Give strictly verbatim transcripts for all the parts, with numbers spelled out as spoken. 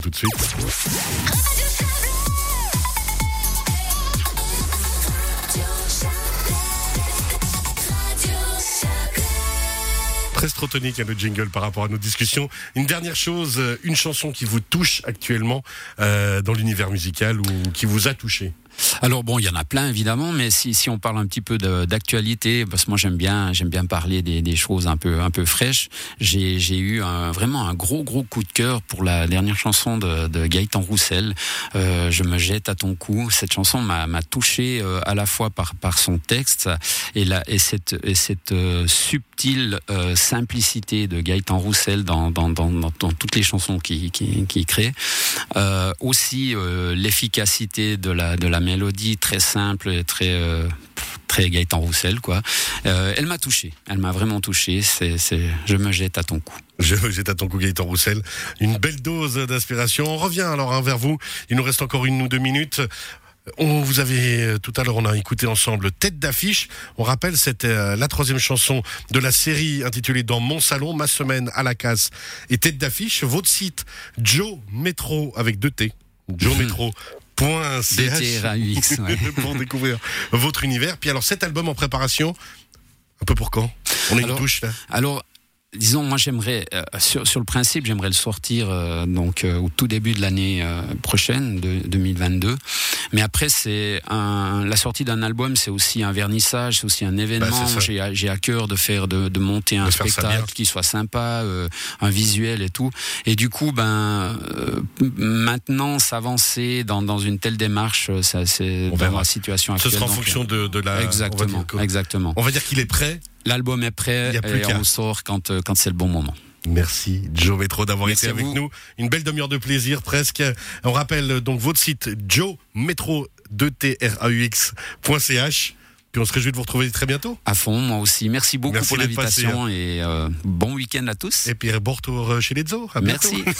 Tout de suite. Très strotonique à notre jingle par rapport à nos discussions. Une dernière chose, une chanson qui vous touche actuellement euh, dans l'univers musical ou qui vous a touché. Alors bon, il y en a plein évidemment, mais si si on parle un petit peu de, d'actualité, parce que moi j'aime bien j'aime bien parler des, des choses un peu un peu fraîches. J'ai j'ai eu un, vraiment un gros gros coup de cœur pour la dernière chanson de, de Gaëtan Roussel. Euh, je me jette à ton cou. Cette chanson m'a m'a touché euh, à la fois par par son texte et la et cette et cette euh, subtile euh, simplicité de Gaëtan Roussel dans dans dans, dans, dans toutes les chansons qu'il qui, qui crée. Euh, aussi euh, l'efficacité de la de la mélodie très simple et très euh, très Gaëtan Roussel quoi. Euh, elle m'a touché, elle m'a vraiment touché. C'est c'est je me jette à ton cou. Je me jette à ton cou, Gaëtan Roussel. Une belle dose d'inspiration. On revient alors hein, vers vous. Il nous reste encore une ou deux minutes. On vous avait tout à l'heure, on a écouté ensemble Tête d'affiche. On rappelle, c'était euh, la troisième chanson de la série intitulée Dans mon salon, ma semaine à la casse et Tête d'affiche. Votre site Joe Metro avec deux T, Joe Metro. Point C H ouais. pour découvrir votre univers. Puis alors cet album en préparation, un peu pour quand ? On a une alors, touche là. Alors. Disons, moi j'aimerais, euh, sur, sur le principe, j'aimerais le sortir euh, donc euh, au tout début de l'année euh, prochaine, de deux mille vingt-deux. Mais après, c'est un, la sortie d'un album, c'est aussi un vernissage, c'est aussi un événement. Bah, j'ai, j'ai à cœur de faire, de, de monter un de spectacle qui soit sympa, euh, un visuel et tout. Et du coup, ben euh, maintenant, s'avancer dans dans une telle démarche, ça c'est on dans verra. La situation actuelle. Ce sera en donc, fonction de, de la. Exactement, on va dire, exactement. On va dire qu'il est prêt. L'album est prêt Il y a plus et qu'à. on sort quand quand c'est le bon moment. Merci Joe Metro d'avoir Merci été avec vous. nous. Une belle demi-heure de plaisir presque. On rappelle donc votre site Joe Metro deux T R A U X point C H. Puis on se réjouit de vous retrouver très bientôt. À fond, moi aussi. Merci beaucoup Merci pour d'être l'invitation passé, hein. et euh, bon week-end à tous. Et puis bon retour chez les Zo. À bientôt. Merci.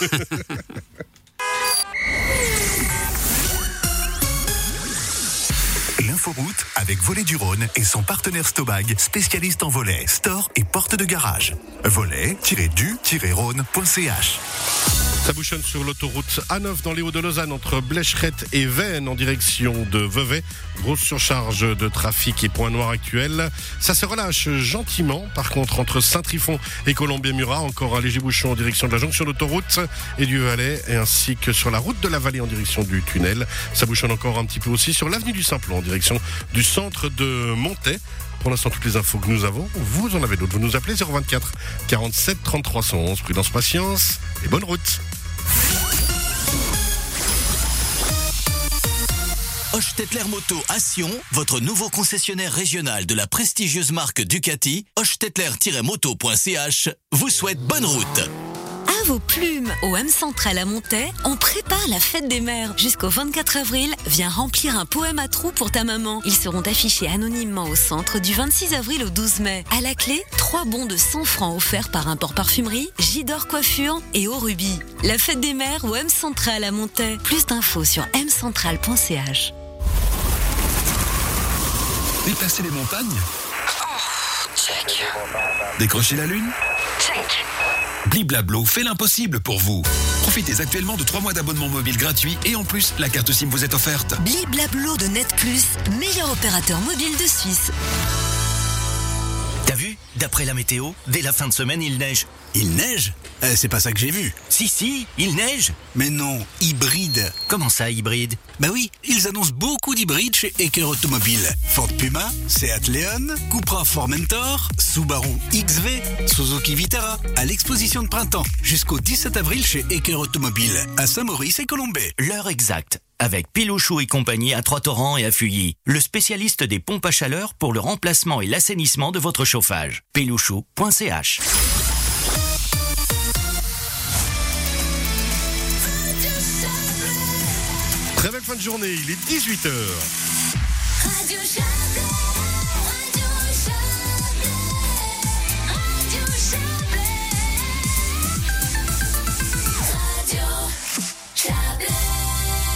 L'inforoute avec Volet du Rhône et son partenaire Stobag, spécialiste en volets, stores et portes de garage. volet tiret du tiret rhône point C H. Ça bouchonne sur l'autoroute A neuf dans les Hauts de Lausanne entre Blècherette et Veynes en direction de Vevey. Grosse surcharge de trafic et point noir actuel. Ça se relâche gentiment. Par contre, entre Saint-Trifon et Colombier-Murat, encore un léger bouchon en direction de la jonction d'autoroute et du Valais, et ainsi que sur la route de la Vallée en direction du tunnel. Ça bouchonne encore un petit peu aussi sur l'avenue du Simplon en direction du centre de Montaix. Pour l'instant, toutes les infos que nous avons, vous en avez d'autres. Vous nous appelez zéro vingt-quatre quarante-sept trente-trois cent onze. Prudence, patience et bonne route. Hochstetler Moto à Sion, votre nouveau concessionnaire régional de la prestigieuse marque Ducati, hochstetler tiret moto point C H, vous souhaite bonne route. À vos plumes, au M Central à Montaix, on prépare la fête des mères. Jusqu'au vingt-quatre avril, viens remplir un poème à trous pour ta maman. Ils seront affichés anonymement au centre du vingt-six avril au douze mai. À la clé, trois bons de cent francs offerts par Import Parfumerie, J-D'Or Coiffure et Au Ruby. La fête des mères au M Central à Montaix. Plus d'infos sur m central point c h. Déplacer les montagnes? Oh, check. Décrocher la lune? Check. Bliblablo fait l'impossible pour vous. Profitez actuellement de trois mois d'abonnement mobile gratuit et en plus, la carte SIM vous est offerte. Bliblablo de Net Plus, meilleur opérateur mobile de Suisse. T'as vu? D'après la météo, dès la fin de semaine, il neige. Il neige? euh, C'est pas ça que j'ai vu. Si, si, il neige. Mais non, hybride. Comment ça, hybride? Bah oui, ils annoncent beaucoup d'hybrides chez Eker Automobile. Ford Puma, Seat Leon, Cupra Formentor, Subaru X V, Suzuki Vitara, à l'exposition de printemps, jusqu'au dix-sept avril chez Eker Automobile, à Saint-Maurice et Colombey. L'heure exacte, avec Pilouchou et compagnie à Trois-Torrents et à Fuilly, le spécialiste des pompes à chaleur pour le remplacement et l'assainissement de votre chauffage. pilouchou point c h. Très belle fin de journée, il est dix-huit heures. Radio Chablais, Radio Chablais, Radio Chablais, Radio Chablais.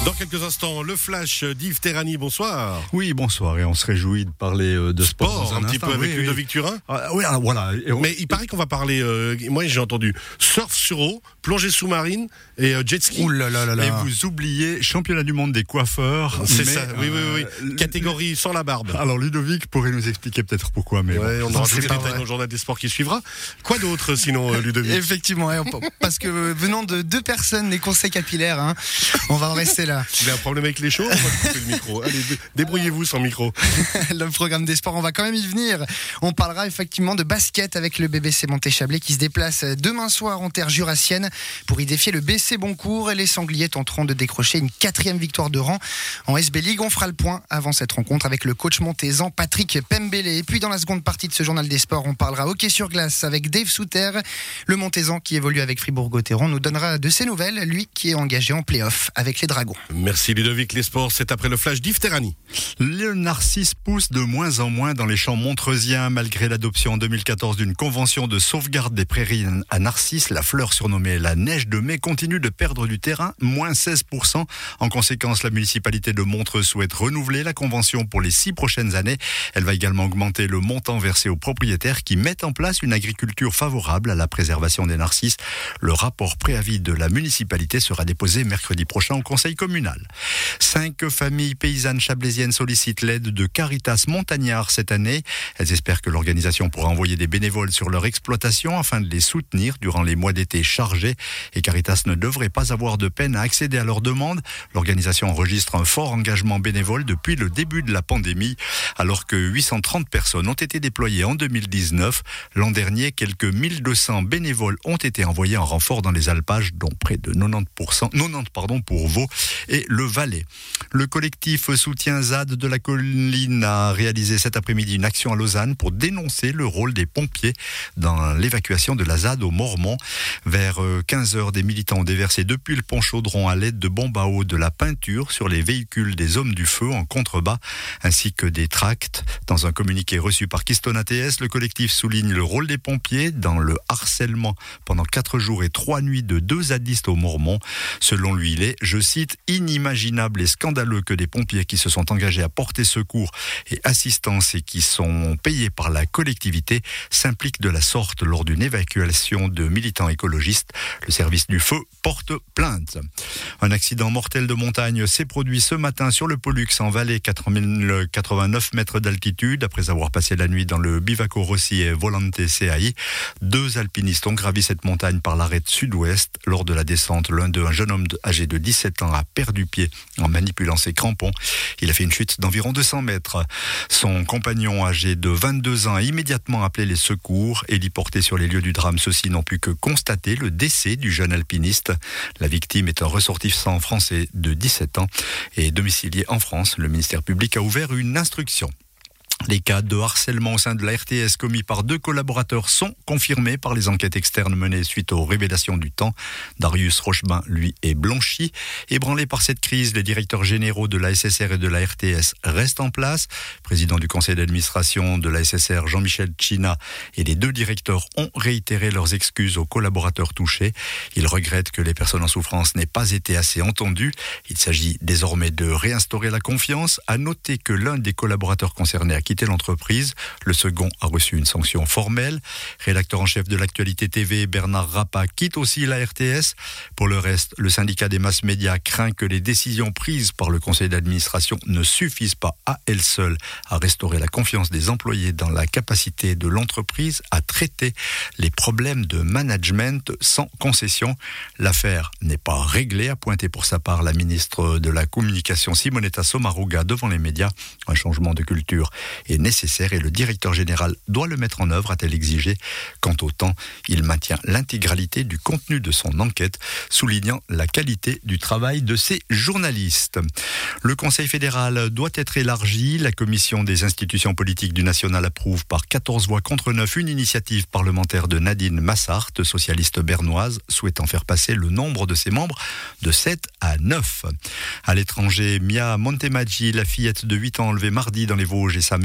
Dans quelques instants, le flash d'Yves Terrani, bonsoir. Oui, bonsoir, et on se réjouit de parler euh, de sport, Sport, dans un, un petit instant. peu avec oui, Ludovic oui. Turin. Ah, oui, alors, voilà. Et on- Mais il paraît qu'on va parler, euh, moi j'ai entendu surf sur eau, plongée sous-marine et euh, jet ski. Ouh là là là là. Et vous oubliez championnat du monde des coiffeurs. C'est mais, ça, oui, oui, oui. euh, Catégorie sans la barbe. Alors Ludovic pourrait nous expliquer peut-être pourquoi, mais Ouais, bon. on aura c'est tous les pas détails vrai. dans le journal des sports qui suivra. Quoi d'autre sinon, euh, Ludovic? Effectivement, ouais, on- parce que euh, venant de deux personnes, les conseils capillaires, hein, on va en rester là. Il a un problème avec les cheveux, on va couper le micro. Allez, dé- débrouillez-vous sans micro. Le programme des sports, on va quand même y venir. On parlera effectivement de basket avec le B B C Monté-Chablais qui se déplace demain soir en terre jurassienne pour y défier le B C Boncourt, et les Sangliers tenteront de décrocher une quatrième victoire de rang en S B League. On fera le point avant cette rencontre avec le coach montaisan Patrick Pembele. Et puis dans la seconde partie de ce journal des sports, on parlera hockey sur glace avec Dave Souter. Le montaisan qui évolue avec Fribourg-Gotteron nous donnera de ses nouvelles, lui qui est engagé en play-off avec les Dragons. Merci Ludovic, les sports, c'est après le flash d'Yves Terrani. Le narcisse pousse de moins en moins dans les champs montreusiens. Malgré l'adoption en deux mille quatorze d'une convention de sauvegarde des prairies à narcisse, la fleur surnommée la neige de mai continue de perdre du terrain, moins seize pour cent. En conséquence, la municipalité de Montreux souhaite renouveler la convention pour les six prochaines années. Elle va également augmenter le montant versé aux propriétaires qui mettent en place une agriculture favorable à la préservation des narcisses. Le rapport préavis de la municipalité sera déposé mercredi prochain au conseil communal. Cinq familles paysannes chablaisiennes sollicitent l'aide de Caritas Montagnard cette année. Elles espèrent que l'organisation pourra envoyer des bénévoles sur leur exploitation afin de les soutenir durant les mois d'été chargés. Et Caritas ne devrait pas avoir de peine à accéder à leurs demandes. L'organisation enregistre un fort engagement bénévole depuis le début de la pandémie. Alors que huit cent trente personnes ont été déployées en deux mille dix-neuf, l'an dernier, quelques mille deux cents bénévoles ont été envoyés en renfort dans les alpages, dont près de quatre-vingt-dix pour cent, quatre-vingt-dix pardon, pour Vaud et le Valais. Le collectif Soutien Z A D de la Colline a réalisé cet après-midi une action à Lausanne pour dénoncer le rôle des pompiers dans l'évacuation de la Z A D au Mormont. Vers quinze heures, des militants ont déversé depuis le pont Chaudron à l'aide de bombes à eau de la peinture sur les véhicules des hommes du feu en contrebas, ainsi que des tracts. Dans un communiqué reçu par Keystone A T S, le collectif souligne le rôle des pompiers dans le harcèlement pendant quatre jours et trois nuits de deux zadistes au Mormont. Selon lui, il est, je cite, inimaginable et scandaleux que des pompiers qui se sont engagés à porter secours et assistance et qui sont payés par la collectivité s'impliquent de la sorte lors d'une évacuation de militants écologistes. Le service du feu porte plainte. Un accident mortel de montagne s'est produit ce matin sur le Pollux en Valais, quatre mille quatre-vingt-neuf mètres d'altitude. Après avoir passé la nuit dans le Bivaco Rossi et Volante C A I, deux alpinistes ont gravi cette montagne par l'arête sud-ouest. Lors de la descente, l'un d'eux, un jeune homme âgé de dix-sept ans, a perdu pied en manipulant ses crampons. Il a fait une chute d'environ deux cents mètres. Son compagnon, âgé de vingt-deux ans, a immédiatement appelé les secours. Héliportés sur les lieux du drame, ceux-ci n'ont pu que constater le décès du jeune alpiniste. La victime est un ressortissant français de dix-sept ans et domicilié en France. Le ministère public a ouvert une instruction. Les cas de harcèlement au sein de la R T S commis par deux collaborateurs sont confirmés par les enquêtes externes menées suite aux révélations du temps. Darius Rochebin, lui, est blanchi. Ébranlé par cette crise, les directeurs généraux de la S S R et de la R T S restent en place. Président du conseil d'administration de la S S R, Jean-Michel China, et les deux directeurs ont réitéré leurs excuses aux collaborateurs touchés. Ils regrettent que les personnes en souffrance n'aient pas été assez entendues. Il s'agit désormais de réinstaurer la confiance. À noter que l'un des collaborateurs concernés a quitté l'entreprise. Le second a reçu une sanction formelle. Rédacteur en chef de l'actualité T V, Bernard Rappa quitte aussi la R T S. Pour le reste, le syndicat des masses médias craint que les décisions prises par le conseil d'administration ne suffisent pas à elles seules à restaurer la confiance des employés dans la capacité de l'entreprise à traiter les problèmes de management sans concession. L'affaire n'est pas réglée, a pointé pour sa part la ministre de la Communication Simonetta Sommaruga devant les médias. Un changement de culture est nécessaire et le directeur général doit le mettre en œuvre, a-t-elle exigé. Quant au temps, il maintient l'intégralité du contenu de son enquête, soulignant la qualité du travail de ses journalistes. Le Conseil fédéral doit être élargi. La commission des institutions politiques du national approuve par quatorze voix contre neuf une initiative parlementaire de Nadine Massart, socialiste bernoise, souhaitant faire passer le nombre de ses membres de sept à neuf. À l'étranger, Mia Montemaggi, la fillette de huit ans enlevée mardi dans les Vosges, et sa mère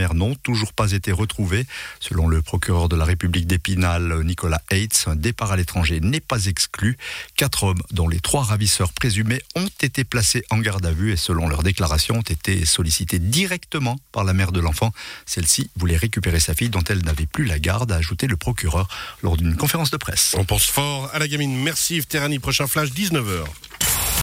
mères n'ont toujours pas été retrouvées. Selon le procureur de la République d'Épinal, Nicolas Heitz, un départ à l'étranger n'est pas exclu. Quatre hommes, dont les trois ravisseurs présumés, ont été placés en garde à vue et selon leur déclaration ont été sollicités directement par la mère de l'enfant. Celle-ci voulait récupérer sa fille dont elle n'avait plus la garde, a ajouté le procureur lors d'une conférence de presse. On pense fort à la gamine. Merci Yves Terrani. Prochain flash, dix-neuf heures.